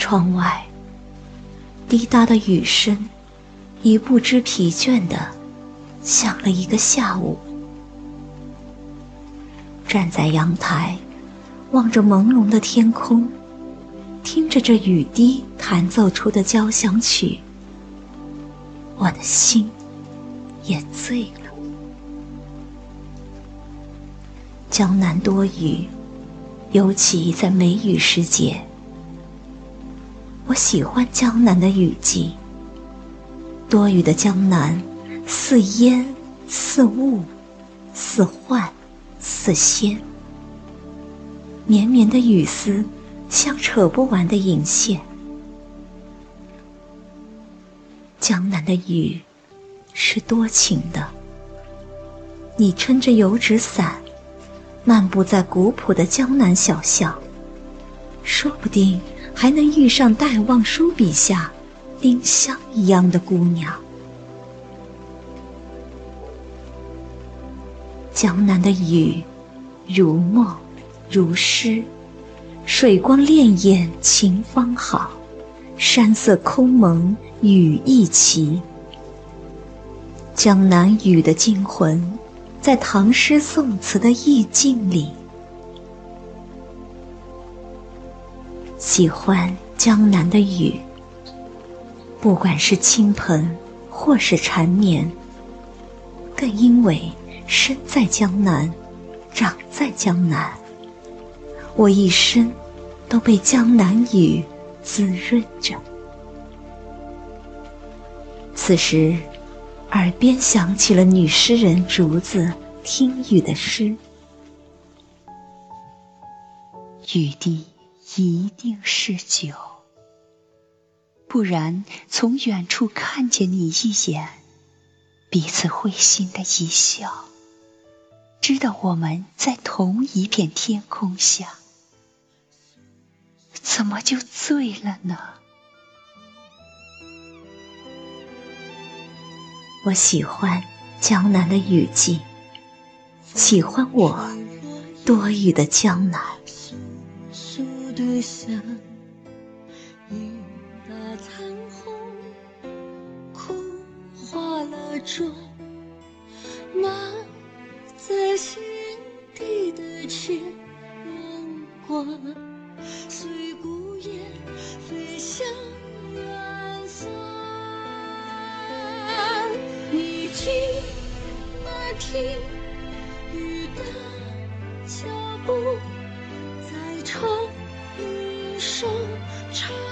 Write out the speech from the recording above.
窗外，滴答的雨声已不知疲倦地响了一个下午。站在阳台，望着朦胧的天空，听着这雨滴弹奏出的交响曲，我的心也醉了。江南多雨，尤其在梅雨时节。我喜欢江南的雨季，多雨的江南，似烟似雾，似幻似仙。绵绵的雨丝像扯不完的银线。江南的雨是多情的，你撑着油纸伞，漫步在古朴的江南小巷，说不定还能遇上戴望舒笔下丁香一样的姑娘。江南的雨如梦如诗，水光潋滟晴方好，山色空蒙雨亦奇。江南雨的精魂在唐诗宋词的意境里。喜欢江南的雨，不管是倾盆或是缠绵，更因为生在江南，长在江南，我一生都被江南雨滋润着。此时耳边响起了女诗人竹子听雨的诗：雨滴一定是酒，不然从远处看见你一眼，彼此会心的一笑，知道我们在同一片天空下，怎么就醉了呢？我喜欢江南的雨季，喜欢我多雨的江南。 的香，雨打残红，哭花了妆，埋在心底的牵挂，随孤雁飞向远方。你听啊听，雨的脚步在窗棂上唱。